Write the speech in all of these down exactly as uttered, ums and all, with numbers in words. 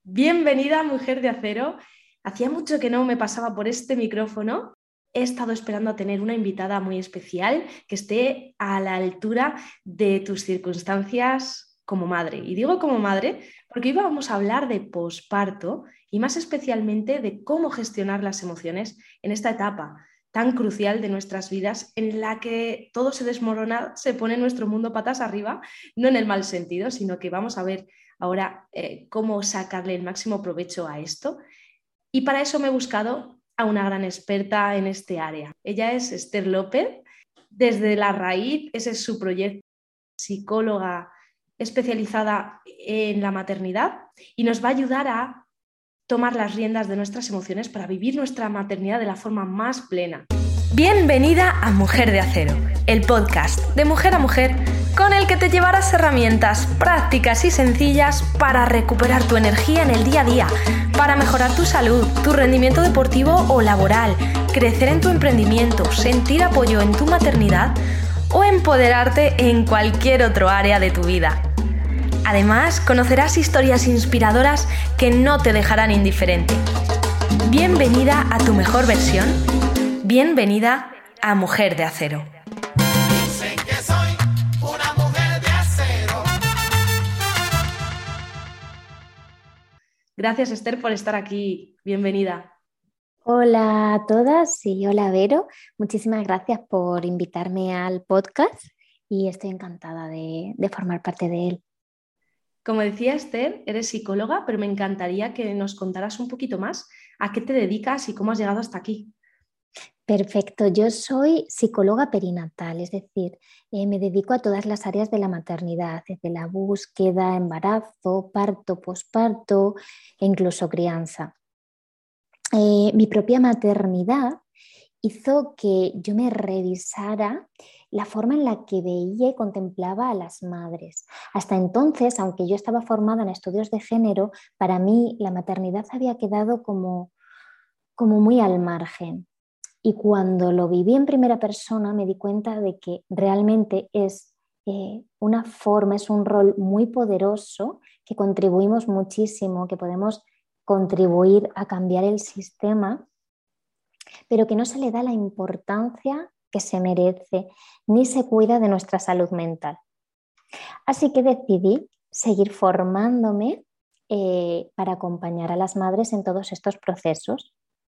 Bienvenida, mujer de acero. Hacía mucho que no me pasaba por este micrófono. He estado esperando a tener una invitada muy especial que esté a la altura de tus circunstancias como madre. Y digo como madre porque hoy vamos a hablar de posparto y más especialmente de cómo gestionar las emociones en esta etapa tan crucial de nuestras vidas en la que todo se desmorona, se pone nuestro mundo patas arriba, no en el mal sentido, sino que vamos a ver ahora eh, cómo sacarle el máximo provecho a esto. Y para eso me he buscado a una gran experta en este área. Ella es Esther López, desde La Raíz, ese es su proyecto, psicóloga especializada en la maternidad y nos va a ayudar a tomar las riendas de nuestras emociones para vivir nuestra maternidad de la forma más plena. Bienvenida a Mujer de Acero, el podcast de mujer a mujer con el que te llevarás herramientas prácticas y sencillas para recuperar tu energía en el día a día, para mejorar tu salud, tu rendimiento deportivo o laboral, crecer en tu emprendimiento, sentir apoyo en tu maternidad o empoderarte en cualquier otro área de tu vida. Además, conocerás historias inspiradoras que no te dejarán indiferente. Bienvenida a tu mejor versión. Bienvenida a Mujer de Acero. Dicen que soy una mujer de acero. Gracias, Esther, por estar aquí. Bienvenida. Hola a todas y hola Vero. Muchísimas gracias por invitarme al podcast y estoy encantada de, de formar parte de él. Como decía Esther, eres psicóloga, pero me encantaría que nos contaras un poquito más a qué te dedicas y cómo has llegado hasta aquí. Perfecto, yo soy psicóloga perinatal, es decir, eh, me dedico a todas las áreas de la maternidad, desde la búsqueda, embarazo, parto, posparto e incluso crianza. Eh, mi propia maternidad hizo que yo me revisara la forma en la que veía y contemplaba a las madres. Hasta entonces, aunque yo estaba formada en estudios de género, para mí la maternidad había quedado como, como muy al margen. Y cuando lo viví en primera persona me di cuenta de que realmente es eh, una forma, es un rol muy poderoso, que contribuimos muchísimo, que podemos contribuir a cambiar el sistema, pero que no se le da la importancia que se merece, ni se cuida de nuestra salud mental. Así que decidí seguir formándome eh, para acompañar a las madres en todos estos procesos.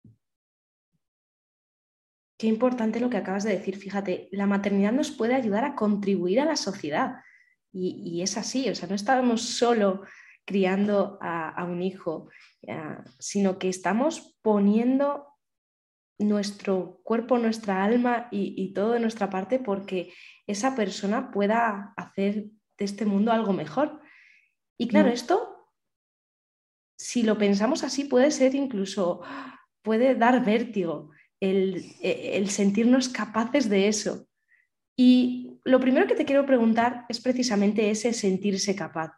Qué importante lo que acabas de decir. Fíjate, la maternidad nos puede ayudar a contribuir a la sociedad. Y, y es así, o sea, no estamos solo criando a, a un hijo, uh, sino que estamos poniendo nuestro cuerpo, nuestra alma y, y todo de nuestra parte porque esa persona pueda hacer de este mundo algo mejor. Y claro, esto, si lo pensamos así, puede ser incluso, puede dar vértigo el, el sentirnos capaces de eso. Y lo primero que te quiero preguntar es precisamente ese sentirse capaz.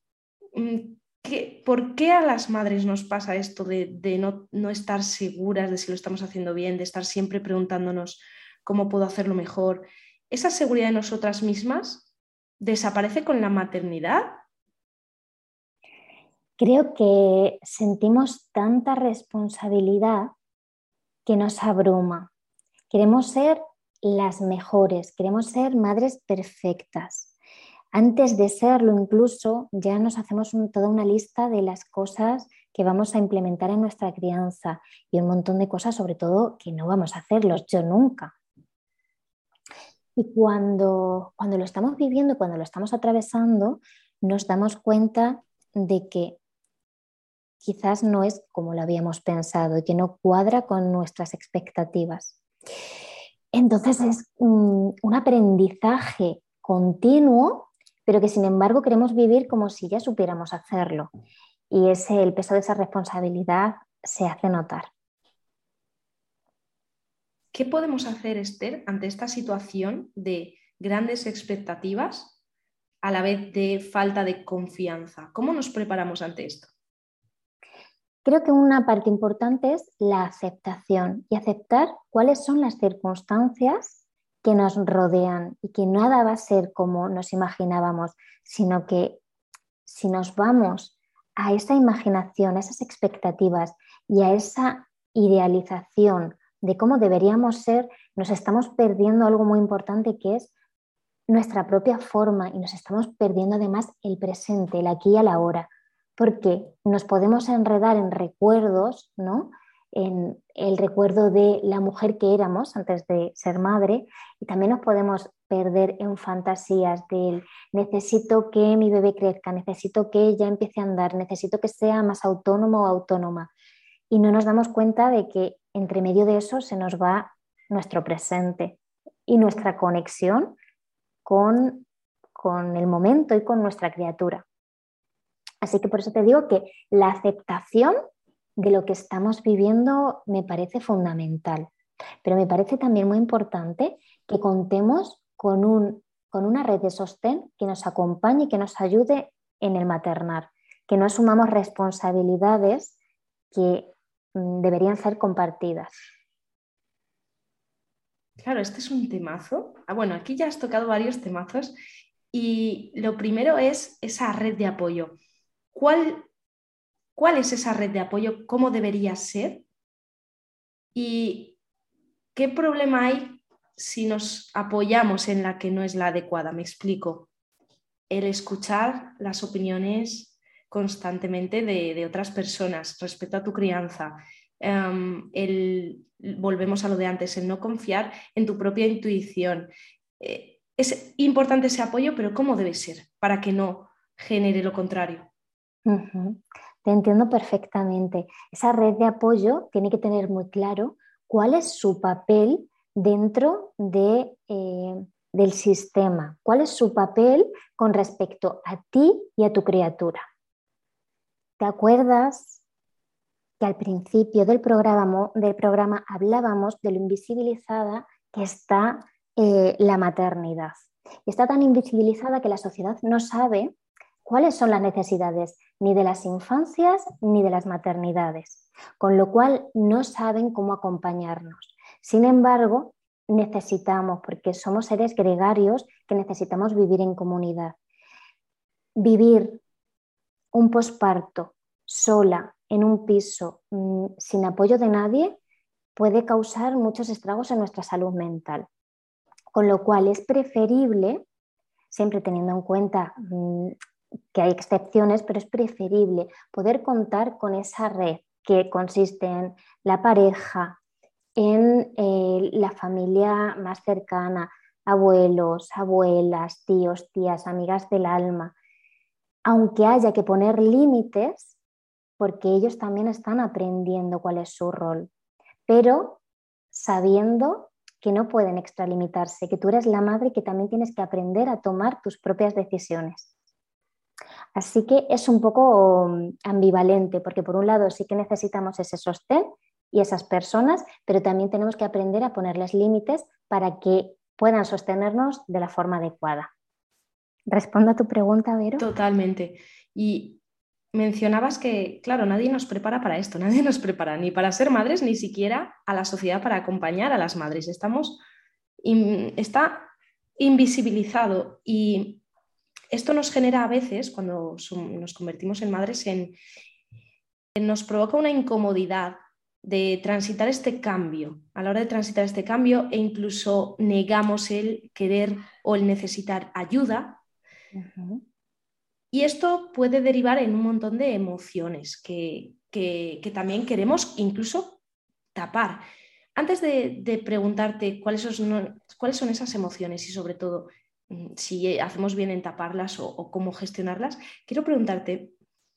¿Qué, ¿Por qué a las madres nos pasa esto de, de no, no estar seguras de si lo estamos haciendo bien, de estar siempre preguntándonos cómo puedo hacerlo mejor? ¿Esa seguridad de nosotras mismas desaparece con la maternidad? Creo que sentimos tanta responsabilidad que nos abruma. Queremos ser las mejores, queremos ser madres perfectas. Antes de serlo incluso ya nos hacemos un, toda una lista de las cosas que vamos a implementar en nuestra crianza y un montón de cosas sobre todo que no vamos a hacerlos, yo nunca. Y cuando, cuando lo estamos viviendo, cuando lo estamos atravesando, nos damos cuenta de que quizás no es como lo habíamos pensado y que no cuadra con nuestras expectativas. Entonces es un, un aprendizaje continuo, pero que sin embargo queremos vivir como si ya supiéramos hacerlo. Y ese, el peso de esa responsabilidad se hace notar. ¿Qué podemos hacer, Esther, ante esta situación de grandes expectativas a la vez de falta de confianza? ¿Cómo nos preparamos ante esto? Creo que una parte importante es la aceptación y aceptar cuáles son las circunstancias que nos rodean y que nada va a ser como nos imaginábamos, sino que si nos vamos a esa imaginación, a esas expectativas y a esa idealización de cómo deberíamos ser, nos estamos perdiendo algo muy importante, que es nuestra propia forma, y nos estamos perdiendo además el presente, el aquí y el ahora, porque nos podemos enredar en recuerdos, ¿no? En el recuerdo de la mujer que éramos antes de ser madre, y también nos podemos perder en fantasías del necesito que mi bebé crezca, necesito que ella empiece a andar, necesito que sea más autónomo o autónoma, y no nos damos cuenta de que entre medio de eso se nos va nuestro presente y nuestra conexión con, con el momento y con nuestra criatura. Así que por eso te digo que la aceptación de lo que estamos viviendo me parece fundamental, pero me parece también muy importante que contemos con, un, con una red de sostén que nos acompañe y que nos ayude en el maternar, que no asumamos responsabilidades que mm, deberían ser compartidas. Claro, este es un temazo. Ah, bueno, aquí ya has tocado varios temazos y lo primero es esa red de apoyo. ¿Cuál, cuál es esa red de apoyo? ¿Cómo debería ser? ¿Y qué problema hay si nos apoyamos en la que no es la adecuada? Me explico. El escuchar las opiniones constantemente de, de otras personas respecto a tu crianza. Um, el, volvemos a lo de antes, el no confiar en tu propia intuición. Eh, es importante ese apoyo, pero ¿cómo debe ser para que no genere lo contrario? Uh-huh. Te entiendo perfectamente. Esa red de apoyo tiene que tener muy claro cuál es su papel dentro de, eh, del sistema, cuál es su papel con respecto a ti y a tu criatura. ¿Te acuerdas que al principio del programa, del programa hablábamos de lo invisibilizada que está eh, la maternidad? Está tan invisibilizada que la sociedad no sabe cuáles son las necesidades ni de las infancias ni de las maternidades, con lo cual no saben cómo acompañarnos. Sin embargo, necesitamos, porque somos seres gregarios que necesitamos vivir en comunidad. Vivir un posparto sola en un piso mmm, sin apoyo de nadie puede causar muchos estragos en nuestra salud mental, con lo cual es preferible, siempre teniendo en cuenta mmm, que hay excepciones, pero es preferible poder contar con esa red que consiste en la pareja, en eh, la familia más cercana, abuelos, abuelas, tíos, tías, amigas del alma, aunque haya que poner límites, porque ellos también están aprendiendo cuál es su rol, pero sabiendo que no pueden extralimitarse, que tú eres la madre y que también tienes que aprender a tomar tus propias decisiones. Así que es un poco ambivalente, porque por un lado sí que necesitamos ese sostén y esas personas, pero también tenemos que aprender a ponerles límites para que puedan sostenernos de la forma adecuada. ¿Respondo a tu pregunta, Vero? Totalmente. Y mencionabas que, claro, nadie nos prepara para esto, nadie nos prepara ni para ser madres, ni siquiera a la sociedad para acompañar a las madres. Estamos, in, está invisibilizado y esto nos genera a veces, cuando nos convertimos en madres, en, en, nos provoca una incomodidad de transitar este cambio, a la hora de transitar este cambio, e incluso negamos el querer o el necesitar ayuda. Uh-huh. Y esto puede derivar en un montón de emociones que, que, que también queremos incluso tapar. Antes de, de preguntarte cuáles son, cuáles son esas emociones y sobre todo si hacemos bien en taparlas o, o cómo gestionarlas, quiero preguntarte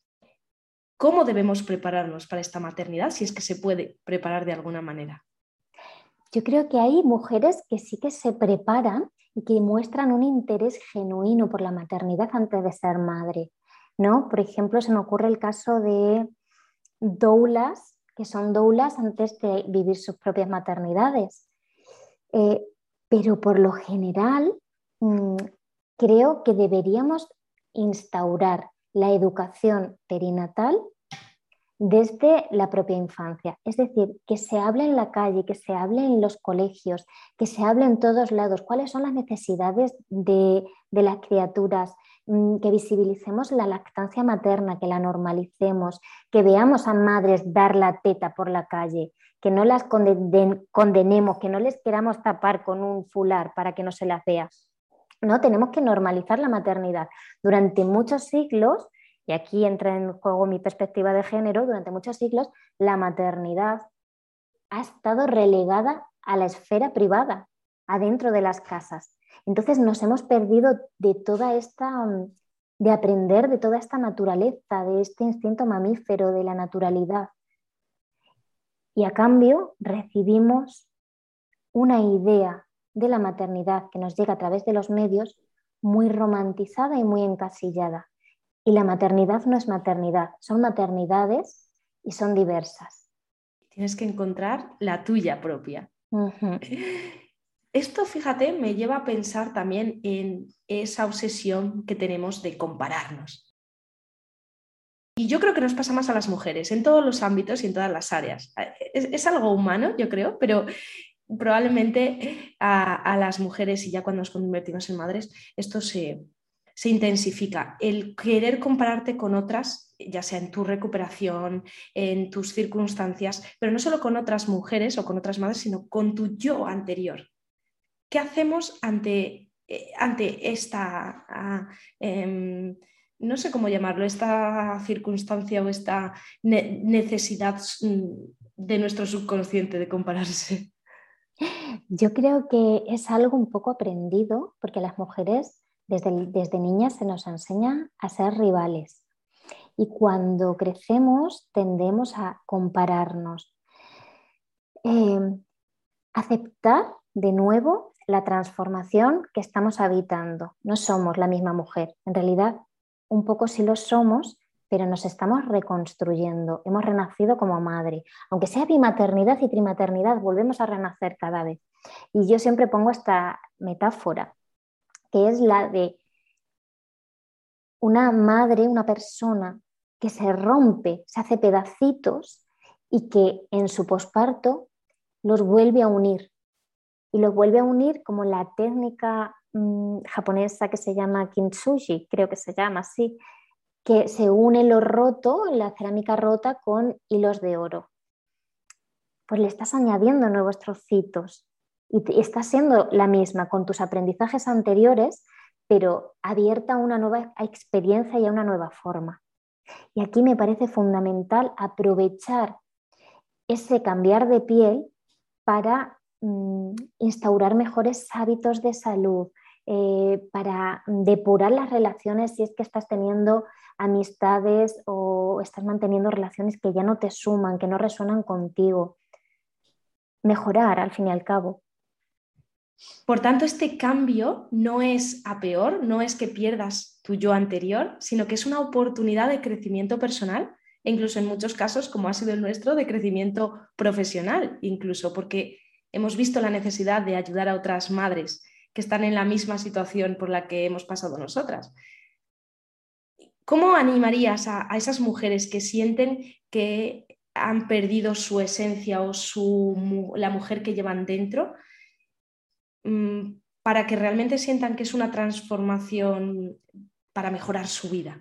cómo debemos prepararnos para esta maternidad, si es que se puede preparar de alguna manera. Yo creo que hay mujeres que sí que se preparan y que muestran un interés genuino por la maternidad antes de ser madre, ¿no? Por ejemplo, se me ocurre el caso de doulas, que son doulas antes de vivir sus propias maternidades. Eh, pero por lo general, mmm, creo que deberíamos instaurar la educación perinatal desde la propia infancia. Es decir, que se hable en la calle, que se hable en los colegios, que se hable en todos lados. ¿Cuáles son las necesidades de, de las criaturas? Que visibilicemos la lactancia materna, que la normalicemos, que veamos a madres dar la teta por la calle, que no las conden- condenemos, que no les queramos tapar con un fular para que no se las vea. No, tenemos que normalizar la maternidad. Durante muchos siglos, y aquí entra en juego mi perspectiva de género, durante muchos siglos la maternidad ha estado relegada a la esfera privada, adentro de las casas. Entonces nos hemos perdido de toda esta, de aprender de toda esta naturaleza, de este instinto mamífero, de la naturalidad. Y a cambio recibimos una idea de la maternidad que nos llega a través de los medios muy romantizada y muy encasillada. Y la maternidad no es maternidad, son maternidades y son diversas. Tienes que encontrar la tuya propia. Uh-huh. Esto, fíjate, me lleva a pensar también en esa obsesión que tenemos de compararnos. Y yo creo que nos pasa más a las mujeres, en todos los ámbitos y en todas las áreas. Es, es algo humano, yo creo, pero probablemente a, a las mujeres, y ya cuando nos convertimos en madres, esto se, se intensifica. El querer compararte con otras, ya sea en tu recuperación, en tus circunstancias, pero no solo con otras mujeres o con otras madres, sino con tu yo anterior. ¿Qué hacemos ante, eh, ante esta, uh, eh, no sé cómo llamarlo, esta circunstancia o esta ne- necesidad de nuestro subconsciente de compararse? Yo creo que es algo un poco aprendido, porque las mujeres desde, desde niñas se nos enseña a ser rivales. Y cuando crecemos tendemos a compararnos. Eh, aceptar de nuevo la transformación que estamos habitando. No somos la misma mujer. En realidad, un poco sí lo somos, pero nos estamos reconstruyendo. Hemos renacido como madre. Aunque sea bimaternidad y trimaternidad, volvemos a renacer cada vez. Y yo siempre pongo esta metáfora, que es la de una madre, una persona que se rompe, se hace pedacitos y que en su posparto los vuelve a unir. Y los vuelve a unir como la técnica mmm, japonesa que se llama kintsugi, creo que se llama así, que se une lo roto, la cerámica rota, con hilos de oro. Pues le estás añadiendo nuevos trocitos y estás siendo la misma con tus aprendizajes anteriores, pero abierta a una nueva experiencia y a una nueva forma. Y aquí me parece fundamental aprovechar ese cambiar de piel para mmm, instaurar mejores hábitos de salud, eh, para depurar las relaciones si es que estás teniendo amistades o estás manteniendo relaciones que ya no te suman, que no resuenan contigo. Mejorar, al fin y al cabo. Por tanto, este cambio no es a peor, no es que pierdas tu yo anterior, sino que es una oportunidad de crecimiento personal e incluso en muchos casos, como ha sido el nuestro, de crecimiento profesional, incluso porque hemos visto la necesidad de ayudar a otras madres que están en la misma situación por la que hemos pasado nosotras. ¿Cómo animarías a, a esas mujeres que sienten que han perdido su esencia o su, la mujer que llevan dentro, mmm, para que realmente sientan que es una transformación para mejorar su vida?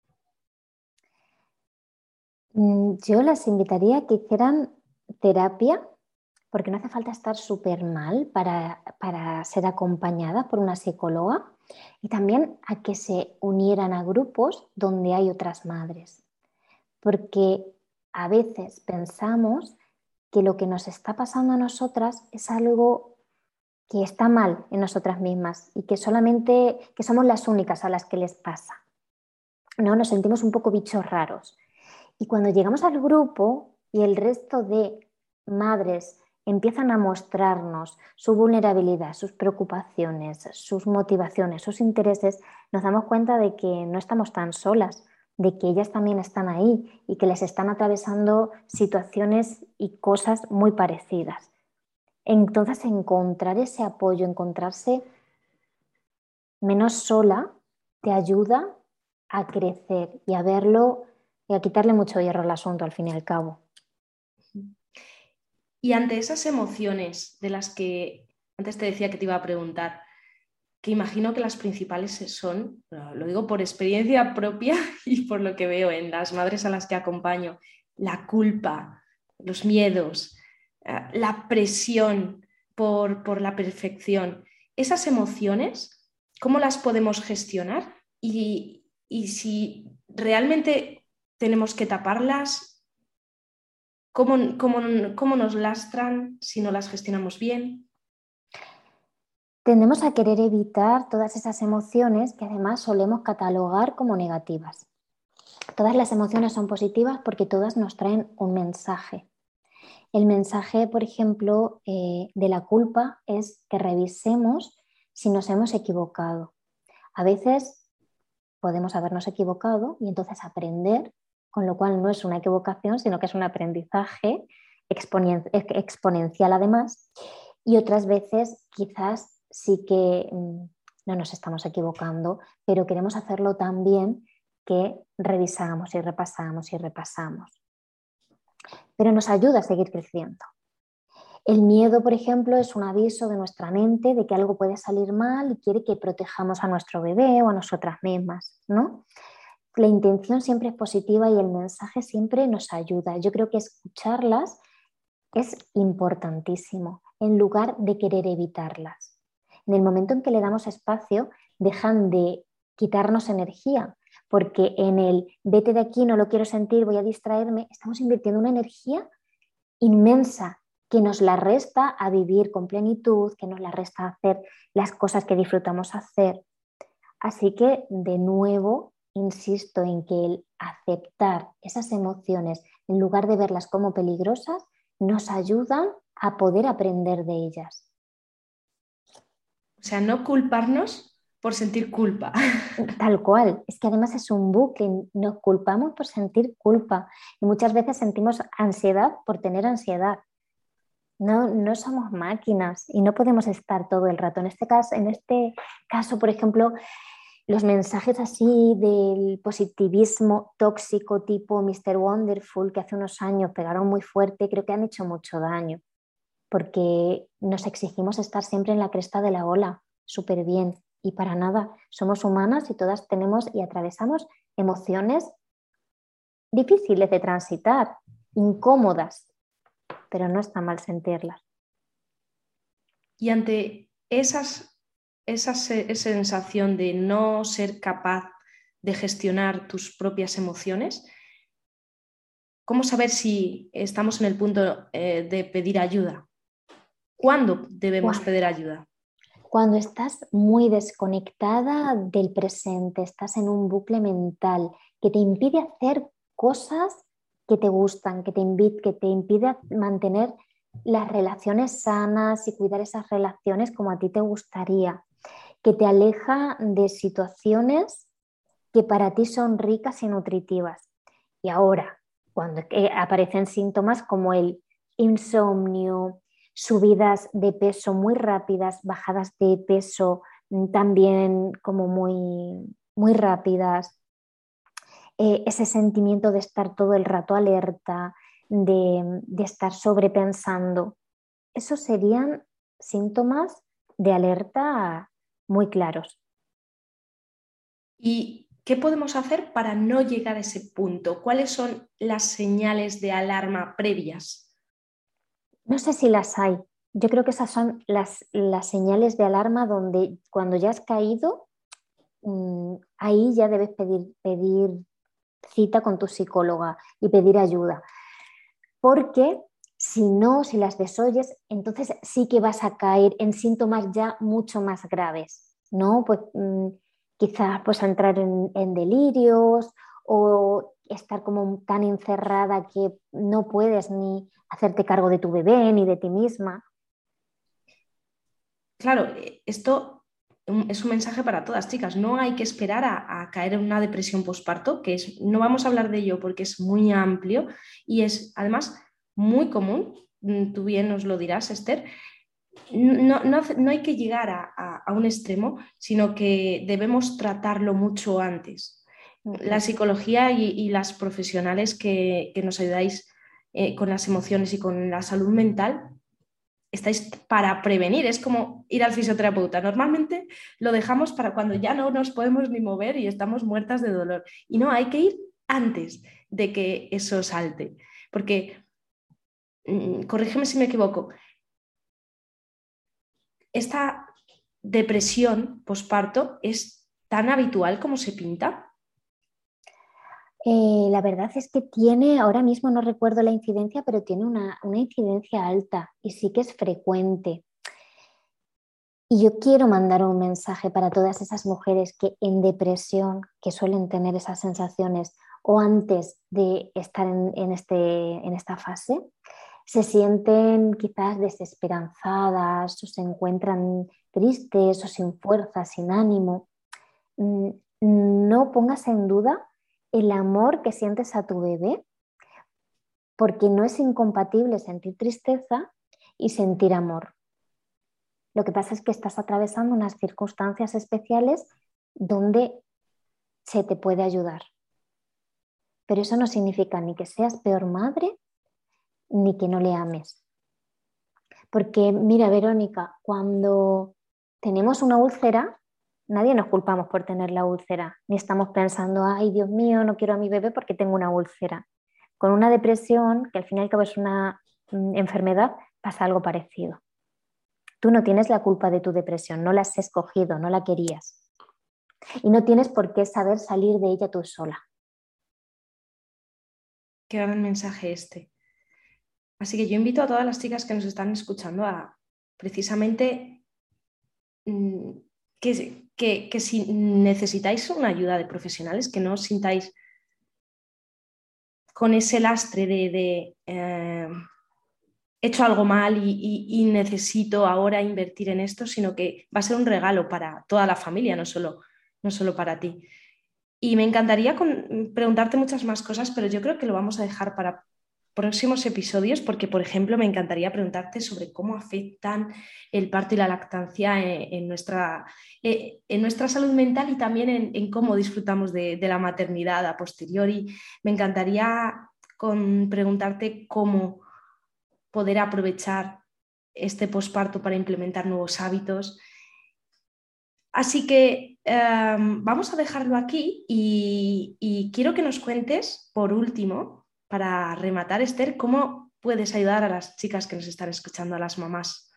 Yo las invitaría a que hicieran terapia, porque no hace falta estar súper mal para, para ser acompañada por una psicóloga, y también a que se unieran a grupos donde hay otras madres, porque a veces pensamos que lo que nos está pasando a nosotras es algo que está mal en nosotras mismas y que solamente que somos las únicas a las que les pasa. ¿No? Nos sentimos un poco bichos raros. Y cuando llegamos al grupo y el resto de madres empiezan a mostrarnos su vulnerabilidad, sus preocupaciones, sus motivaciones, sus intereses, nos damos cuenta de que no estamos tan solas, de que ellas también están ahí y que les están atravesando situaciones y cosas muy parecidas. Entonces, encontrar ese apoyo, encontrarse menos sola, te ayuda a crecer y a verlo y a quitarle mucho hierro al asunto al fin y al cabo. Y ante esas emociones de las que antes te decía que te iba a preguntar, que imagino que las principales son, lo digo por experiencia propia y por lo que veo en las madres a las que acompaño, la culpa, los miedos, la presión por, por la perfección. Esas emociones, ¿cómo las podemos gestionar? Y, y si realmente tenemos que taparlas, ¿Cómo, cómo, ¿Cómo nos lastran si no las gestionamos bien? Tendemos a querer evitar todas esas emociones que además solemos catalogar como negativas. Todas las emociones son positivas porque todas nos traen un mensaje. El mensaje, por ejemplo, eh, de la culpa es que revisemos si nos hemos equivocado. A veces podemos habernos equivocado y entonces aprender, con lo cual no es una equivocación, sino que es un aprendizaje exponen- exponencial además. Y otras veces quizás sí que mmm, no nos estamos equivocando, pero queremos hacerlo tan bien que revisamos y repasamos y repasamos. Pero nos ayuda a seguir creciendo. El miedo, por ejemplo, es un aviso de nuestra mente de que algo puede salir mal y quiere que protejamos a nuestro bebé o a nosotras mismas, ¿no? La intención siempre es positiva y el mensaje siempre nos ayuda. Yo creo que escucharlas es importantísimo en lugar de querer evitarlas. En el momento en que le damos espacio, dejan de quitarnos energía, porque en el vete de aquí, no lo quiero sentir, voy a distraerme, estamos invirtiendo una energía inmensa que nos la resta a vivir con plenitud, que nos la resta a hacer las cosas que disfrutamos hacer. Así que, de nuevo, insisto en que el aceptar esas emociones en lugar de verlas como peligrosas nos ayudan a poder aprender de ellas. O sea, no culparnos por sentir culpa. Tal cual, es que además es un bucle, nos culpamos por sentir culpa y muchas veces sentimos ansiedad por tener ansiedad. No, no somos máquinas y no podemos estar todo el rato. En este caso, en este caso, por ejemplo, los mensajes así del positivismo tóxico tipo mister Wonderful que hace unos años pegaron muy fuerte, creo que han hecho mucho daño porque nos exigimos estar siempre en la cresta de la ola, súper bien, y para nada, somos humanas y todas tenemos y atravesamos emociones difíciles de transitar, incómodas, pero no está mal sentirlas. Y ante esas Esa, esa sensación de no ser capaz de gestionar tus propias emociones, ¿cómo saber si estamos en el punto eh, de pedir ayuda? ¿Cuándo debemos Wow. pedir ayuda? Cuando estás muy desconectada del presente, estás en un bucle mental que te impide hacer cosas que te gustan, que te, invi- que te impide mantener las relaciones sanas y cuidar esas relaciones como a ti te gustaría, que te aleja de situaciones que para ti son ricas y nutritivas. Y ahora, cuando aparecen síntomas como el insomnio, subidas de peso muy rápidas, bajadas de peso también como muy, muy rápidas, eh, ese sentimiento de estar todo el rato alerta, de, de estar sobrepensando, esos serían síntomas de alerta muy claros. ¿Y qué podemos hacer para no llegar a ese punto? ¿Cuáles son las señales de alarma previas? No sé si las hay. Yo creo que esas son las, las señales de alarma donde cuando ya has caído, mmm, ahí ya debes pedir, pedir cita con tu psicóloga y pedir ayuda. Porque si no, si las desoyes, entonces sí que vas a caer en síntomas ya mucho más graves, ¿no? Pues mmm, quizás pues entrar en, en delirios o estar como tan encerrada que no puedes ni hacerte cargo de tu bebé ni de ti misma. Claro, esto es un mensaje para todas, chicas. No hay que esperar a, a caer en una depresión postparto, que es, no vamos a hablar de ello porque es muy amplio y es además muy común. Tú bien nos lo dirás, Esther. No, no, no hay que llegar a, a, a un extremo, sino que debemos tratarlo mucho antes. la psicología y, y las profesionales que, que nos ayudáis eh, con las emociones y con la salud mental, estáis para prevenir. Es como ir al fisioterapeuta. Normalmente lo dejamos para cuando ya no nos podemos ni mover y estamos muertas de dolor. Y no, hay que ir antes de que eso salte. Porque, mmm, corrígeme si me equivoco, esta depresión posparto es tan habitual como se pinta. Eh, la verdad es que tiene, ahora mismo no recuerdo la incidencia, pero tiene una, una incidencia alta y sí que es frecuente. Y yo quiero mandar un mensaje para todas esas mujeres que en depresión, que suelen tener esas sensaciones o antes de estar en, en, este, en esta fase, se sienten quizás desesperanzadas o se encuentran tristes o sin fuerza, sin ánimo. No pongas en duda el amor que sientes a tu bebé, porque no es incompatible sentir tristeza y sentir amor. Lo que pasa es que estás atravesando unas circunstancias especiales donde se te puede ayudar. Pero eso no significa ni que seas peor madre, ni que no le ames. Porque mira, Verónica, cuando tenemos una úlcera, nadie nos culpamos por tener la úlcera, ni estamos pensando, ay Dios mío, no quiero a mi bebé porque tengo una úlcera. Con una depresión, que al fin y al cabo es una mm, enfermedad, pasa algo parecido. Tú no tienes la culpa de tu depresión, no la has escogido, no la querías. Y no tienes por qué saber salir de ella tú sola. Qué gran mensaje este. Así que yo invito a todas las chicas que nos están escuchando a precisamente mmm, que, que, que si necesitáis una ayuda de profesionales, que no os sintáis con ese lastre de, de eh, he hecho algo mal y, y, y necesito ahora invertir en esto, sino que va a ser un regalo para toda la familia, no solo, no solo para ti. Y me encantaría con, preguntarte muchas más cosas, pero yo creo que lo vamos a dejar para próximos episodios, porque, por ejemplo, me encantaría preguntarte sobre cómo afectan el parto y la lactancia en, en, nuestra, eh, en nuestra salud mental y también en, en cómo disfrutamos de, de la maternidad a posteriori. Me encantaría con, preguntarte cómo poder aprovechar este posparto para implementar nuevos hábitos. Así que um, vamos a dejarlo aquí y, y quiero que nos cuentes, por último, para rematar, Esther, cómo puedes ayudar a las chicas que nos están escuchando, a las mamás.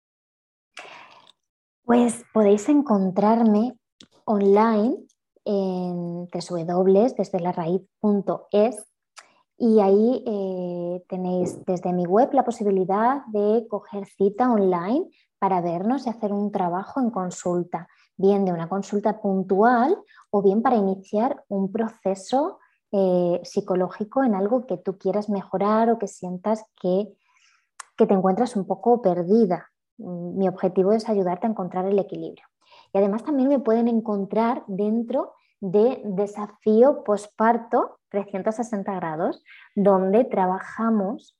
Pues podéis encontrarme online en doble u doble u doble u punto desde la raíz punto es y ahí eh, tenéis desde mi web la posibilidad de coger cita online para vernos y hacer un trabajo en consulta, bien de una consulta puntual o bien para iniciar un proceso eh, psicológico en algo que tú quieras mejorar o que sientas que, que te encuentras un poco perdida. Mi objetivo es ayudarte a encontrar el equilibrio. Y además también me pueden encontrar dentro de Desafío Posparto trescientos sesenta grados, donde trabajamos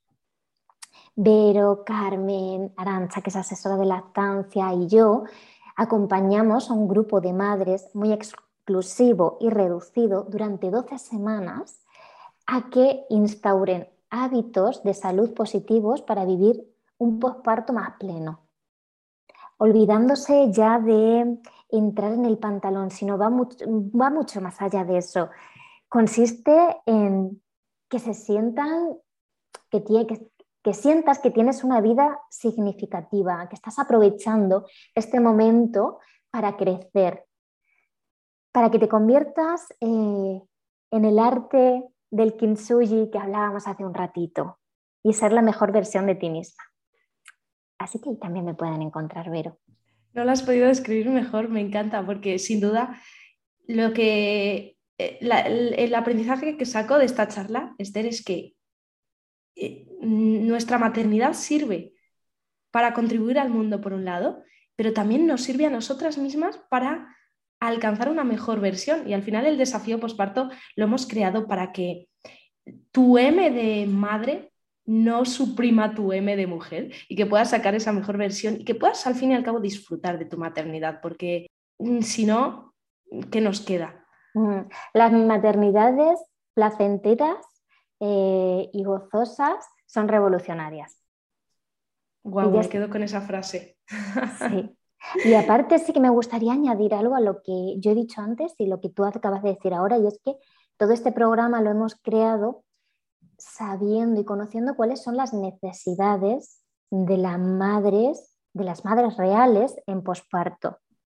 Vero, Carmen, Arantxa, que es asesora de lactancia, y yo acompañamos a un grupo de madres muy exclusivo y reducido durante doce semanas a que instauren hábitos de salud positivos para vivir un posparto más pleno, olvidándose ya de entrar en el pantalón, sino va mucho, va mucho más allá de eso. Consiste en que se sientan, que, tiene, que, que sientas que tienes una vida significativa, que estás aprovechando este momento para crecer, para que te conviertas eh, en el arte del kintsugi que hablábamos hace un ratito y ser la mejor versión de ti misma. Así que ahí también me pueden encontrar, Vero. No lo has podido describir mejor, me encanta, porque sin duda lo que, la, el, el aprendizaje que saco de esta charla, Esther, es que eh, nuestra maternidad sirve para contribuir al mundo por un lado, pero también nos sirve a nosotras mismas para alcanzar una mejor versión, y al final el desafío posparto lo hemos creado para que tu M de madre no suprima tu M de mujer y que puedas sacar esa mejor versión y que puedas al fin y al cabo disfrutar de tu maternidad, porque si no, ¿qué nos queda? Las maternidades placenteras eh, y gozosas son revolucionarias. Guau, me quedo con esa frase. Sí. Y aparte sí que me gustaría añadir algo a lo que yo he dicho antes y lo que tú acabas de decir ahora, y es que todo este programa lo hemos creado sabiendo y conociendo cuáles son las necesidades de las madres, de las madres reales en posparto.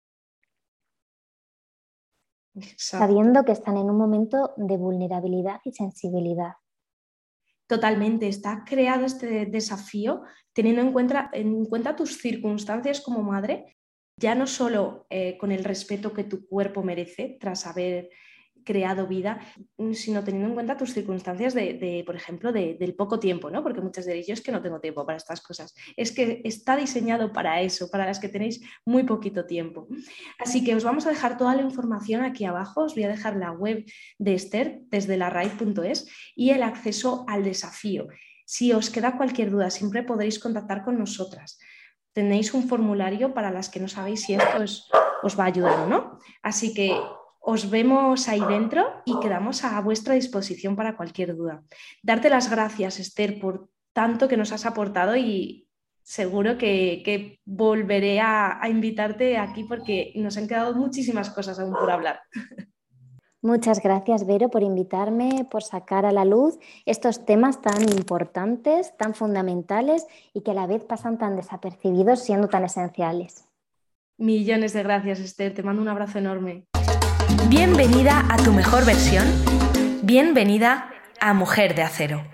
Exacto. Sabiendo que están en un momento de vulnerabilidad y sensibilidad. Totalmente, está creado este desafío teniendo en cuenta, en cuenta tus circunstancias como madre, ya no solo eh, con el respeto que tu cuerpo merece tras haber creado vida, sino teniendo en cuenta tus circunstancias de, de por ejemplo, de, del poco tiempo, ¿no? Porque muchas diréis, yo es que no tengo tiempo para estas cosas. Es que está diseñado para eso, para las que tenéis muy poquito tiempo. Así que os vamos a dejar toda la información aquí abajo, os voy a dejar la web de Esther desde la raíz punto es y el acceso al desafío. Si os queda cualquier duda, siempre podréis contactar con nosotras. Tenéis un formulario para las que no sabéis si esto os, os va a ayudar o no. Así que os vemos ahí dentro y quedamos a vuestra disposición para cualquier duda. Darte las gracias, Esther, por tanto que nos has aportado y seguro que, que volveré a, a invitarte aquí porque nos han quedado muchísimas cosas aún por hablar. Muchas gracias, Vero, por invitarme, por sacar a la luz estos temas tan importantes, tan fundamentales y que a la vez pasan tan desapercibidos siendo tan esenciales. Millones de gracias, Esther. Te mando un abrazo enorme. Bienvenida a tu mejor versión. Bienvenida a Mujer de Acero.